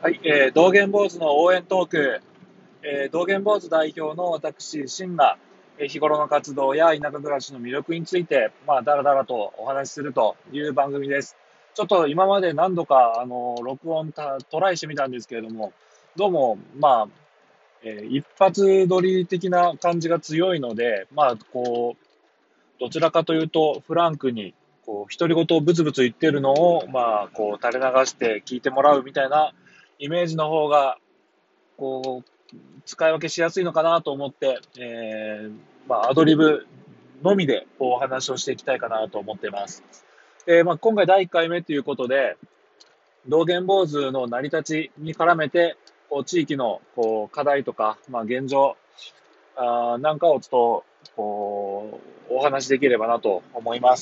はい、道元坊主の応援トーク、道元坊主代表の私、シンが、日頃の活動や田舎暮らしの魅力について、だらだらとお話しするという番組です。ちょっと今まで何度か、録音トライしてみたんですけれども、どうも、一発撮り的な感じが強いので、どちらかというと、フランクに、独り言をブツブツ言ってるのを、垂れ流して聞いてもらうみたいなイメージの方が、こ使い分けしやすいのかなと思って、アドリブのみでお話をしていきたいかなと思っています。今回第1回目ということで、道元坊主の成り立ちに絡めて、地域の課題とか、現状なんかをちょっとお話しできればなと思います。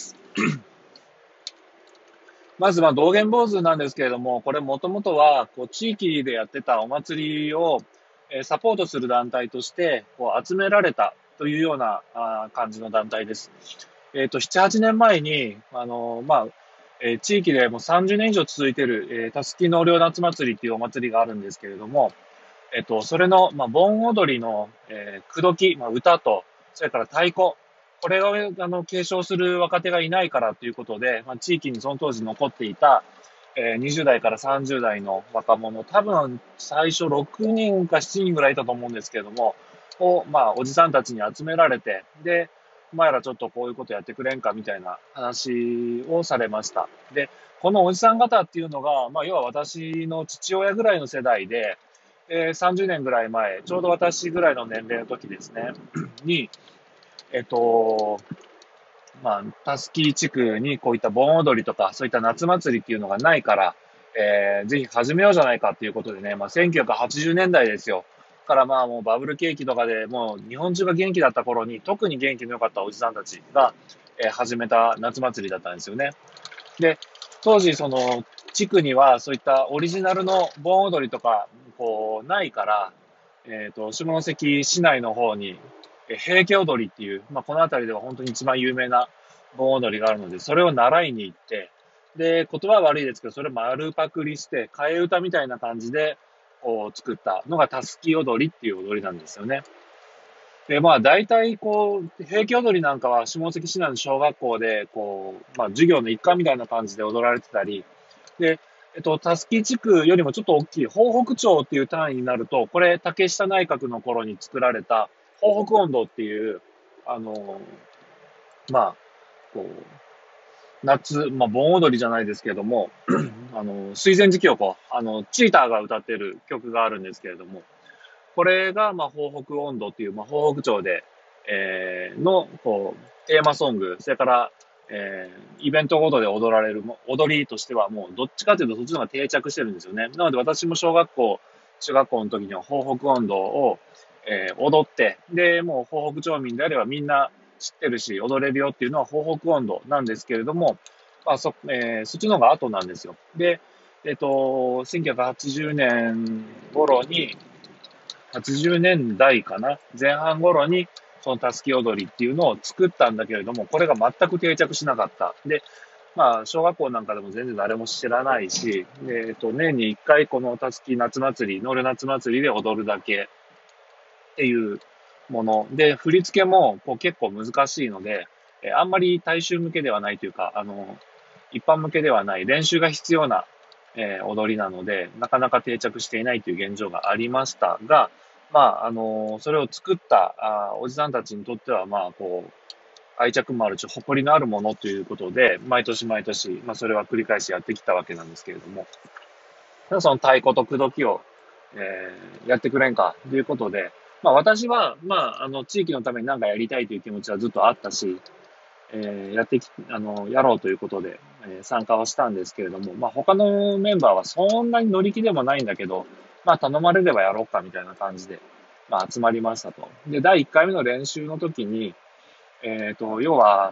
まず、道元坊主なんですけれども、これもともとは、地域でやってたお祭りを、サポートする団体として、集められたというような感じの団体です。7、8年前に、地域でもう30年以上続いている、たすき納涼夏祭りっていうお祭りがあるんですけれども、それの、盆踊りの、口説き、歌と、それから太鼓、これを継承する若手がいないからということで、地域にその当時残っていた、20代から30代の若者、多分最初6人か7人ぐらいいたと思うんですけれども、おじさんたちに集められて、で、お前らちょっとこういうことやってくれんかみたいな話をされました。で、このおじさん方っていうのが、要は私の父親ぐらいの世代で、30年ぐらい前、ちょうど私ぐらいの年齢の時ですね、に、えっと、たすき地区にこういった盆踊りとか、そういった夏祭りっていうのがないから、ぜひ始めようじゃないかっていうことでね、1980年代ですよ。からもうバブル景気とかでもう日本中が元気だった頃に、特に元気の良かったおじさんたちが、始めた夏祭りだったんですよね。で、当時その地区にはそういったオリジナルの盆踊りとか、ないから、下関市内の方に、平家踊りっていう、この辺りでは本当に一番有名な盆踊りがあるので、それを習いに行って、で、言葉は悪いですけど、それを丸パクリして、替え歌みたいな感じで、作ったのがたすき踊りっていう踊りなんですよね。で、大体、平家踊りなんかは下関市内の小学校で、授業の一環みたいな感じで踊られてたり、で、たすき地区よりもちょっと大きい、豊北町っていう単位になると、これ、竹下内閣の頃に作られた、豊北音頭っていう、あの、まあ、こう、夏、盆踊りじゃないですけれども、水前寺清子、チーターが歌ってる曲があるんですけれども、これが、豊北音頭っていう、豊北町で、テーマソング、それから、イベントごとで踊られる踊りとしては、もう、どっちかというと、そっちの方が定着してるんですよね。なので、私も小学校、中学校の時には、豊北音頭を、踊って、で、もう、豊北町民であればみんな知ってるし、踊れるよっていうのは、豊北音頭なんですけれども、そっちの方が後なんですよ。で、1980年頃に、80年代かな、前半頃に、そのたすき踊りっていうのを作ったんだけれども、これが全く定着しなかった。で、小学校なんかでも全然誰も知らないし、年に1回このたすき夏祭り、乗る夏祭りで踊るだけっていうもの。で、振り付けも結構難しいので、あんまり大衆向けではないというか、一般向けではない練習が必要な、踊りなので、なかなか定着していないという現状がありましたが、それを作ったおじさんたちにとっては、愛着もあるし、誇りのあるものということで、毎年毎年、それは繰り返しやってきたわけなんですけれども、ただその太鼓と口説きを、やってくれんかということで、私は、地域のために何かやりたいという気持ちはずっとあったし、やろうということで、参加はしたんですけれども、他のメンバーはそんなに乗り気でもないんだけど、頼まれればやろうかみたいな感じで、集まりましたと。で、第1回目の練習の時に、要は、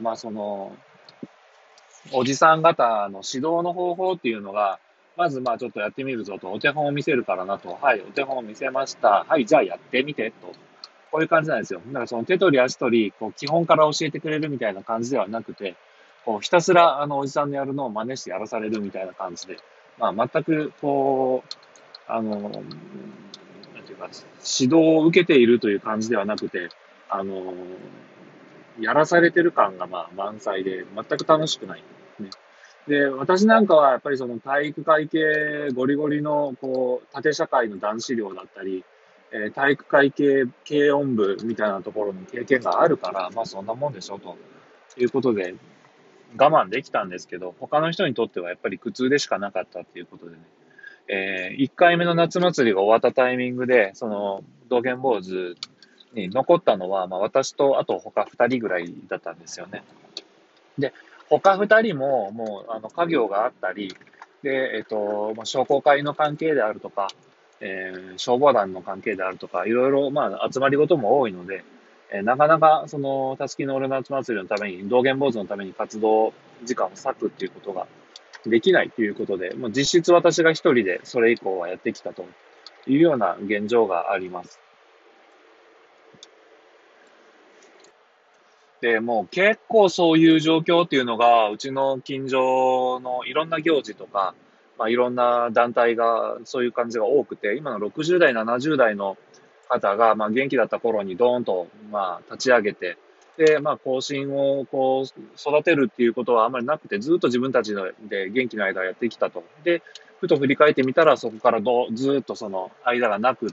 おじさん方の指導の方法っていうのが、まずちょっとやってみるぞと、お手本を見せるからなと、はい、お手本を見せました。はい、じゃあやってみてと。こういう感じなんですよ。だからその手取り足取り、基本から教えてくれるみたいな感じではなくて、ひたすらおじさんのやるのを真似してやらされるみたいな感じで、全くなんていうか、指導を受けているという感じではなくて、あの、やらされてる感がまあ満載で、全く楽しくない。ね。で、私なんかはやっぱりその体育会系ゴリゴリのこう縦社会の男子寮だったり、体育会系軽音部みたいなところの経験があるから、まあそんなもんでしょということで我慢できたんですけど、他の人にとってはやっぱり苦痛でしかなかったっていうことでね、1回目の夏祭りが終わったタイミングで、その道元坊主に残ったのは、まあ私とあと他2人ぐらいだったんですよね。で、他二人も、もう、家業があったり、で、まあ、商工会の関係であるとか、消防団の関係であるとか、いろいろ、まあ、集まりごとも多いので、なかなか、その、たすきの俺の夏祭りのために、道元坊主のために活動時間を割くっていうことができないということで、まあ、実質私が一人でそれ以降はやってきたというような現状があります。で、もう結構そういう状況っていうのが、うちの近所のいろんな行事とか、まあ、いろんな団体がそういう感じが多くて、今の60代、70代の方が、まあ、元気だった頃にドーンと、まあ、立ち上げて、で、まあ、後進をこう、育てるっていうことはあんまりなくて、ずっと自分たちで元気な間やってきたと。で、ふと振り返ってみたら、そこからずっとその間がなくって、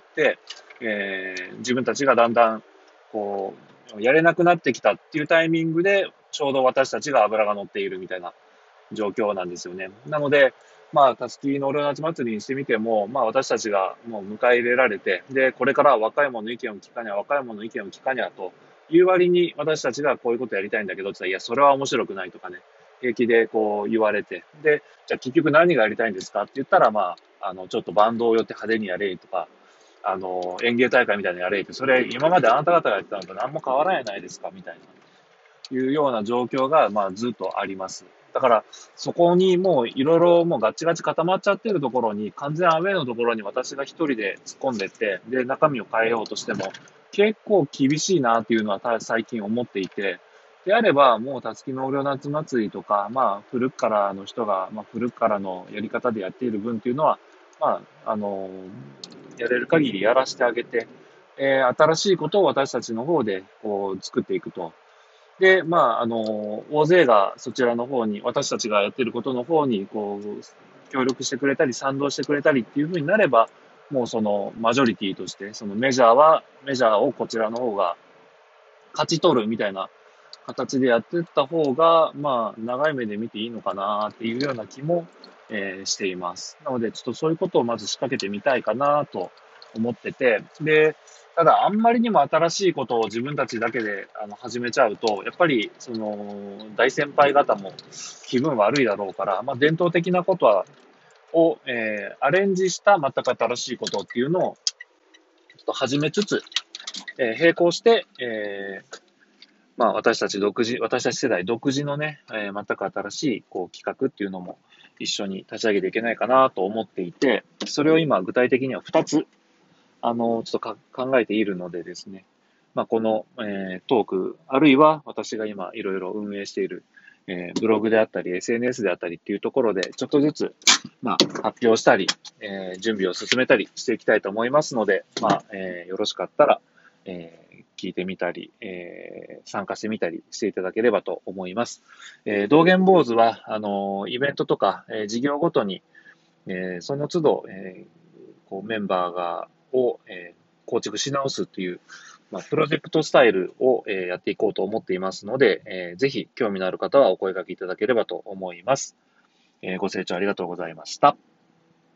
自分たちがだんだん、こやれなくなってきたっていうタイミングで、ちょうど私たちが脂が乗っているみたいな状況なんですよね。なので、まあ、たすきの俺の夏祭りにしてみても、まあ私たちがもう迎え入れられて、で、これからは若い者の意見を聞かにゃ、若い者の意見を聞かにゃという割に私たちがこういうことやりたいんだけどって言ったら、いや、それは面白くないとかね、平気でこう言われて、で、じゃあ結局何がやりたいんですかって言ったら、まあ、ちょっとバンドを寄って派手にやれとか、園芸大会みたいなのやれって、それ今まであなた方がやってたのと何も変わらないじゃないですか、みたいな、いうような状況が、まあ、ずっとあります。だから、そこにもういろいろもうガチガチ固まっちゃってるところに、完全アウェイのところに私が一人で突っ込んでって、で、中身を変えようとしても、結構厳しいなっていうのは最近思っていて、であれば、もう、たつきのおりょ夏祭りとか、まあ、古くからの人が、まあ、古くからのやり方でやっている分っていうのは、まあ、やれる限りやらせてあげて、新しいことを私たちの方で、こう、作っていくと。で、まあ、大勢がそちらの方に、私たちがやっていることの方に、こう、協力してくれたり、賛同してくれたりっていう風になれば、もうその、マジョリティとして、そのメジャーをこちらの方が勝ち取るみたいな形でやっていった方が、まあ、長い目で見ていいのかなっていうような気も、しています。なので、ちょっとそういうことをまず仕掛けてみたいかなと思ってて、で、ただ、あんまりにも新しいことを自分たちだけで始めちゃうと、やっぱり、その、大先輩方も気分悪いだろうから、まあ、伝統的なことを、アレンジした全く新しいことっていうのを、ちょっと始めつつ、並行して、まあ、私たち世代独自のね、全く新しいこう企画っていうのも一緒に立ち上げていけないかなと思っていて、それを今具体的には2つ、ちょっと考えているのでですね、まあ、この、トーク、あるいは私が今いろいろ運営している、ブログであったり、SNS であったりっていうところで、ちょっとずつ、まあ、発表したり、準備を進めたりしていきたいと思いますので、まあ、よろしかったら、聞いてみたり、参加してみたりしていただければと思います。道元坊主は、イベントとか、事業ごとに、その都度、こうメンバーを、構築し直すという、まあ、プロジェクトスタイルを、やっていこうと思っていますので、ぜひ興味のある方はお声掛けいただければと思います。ご清聴ありがとうございました。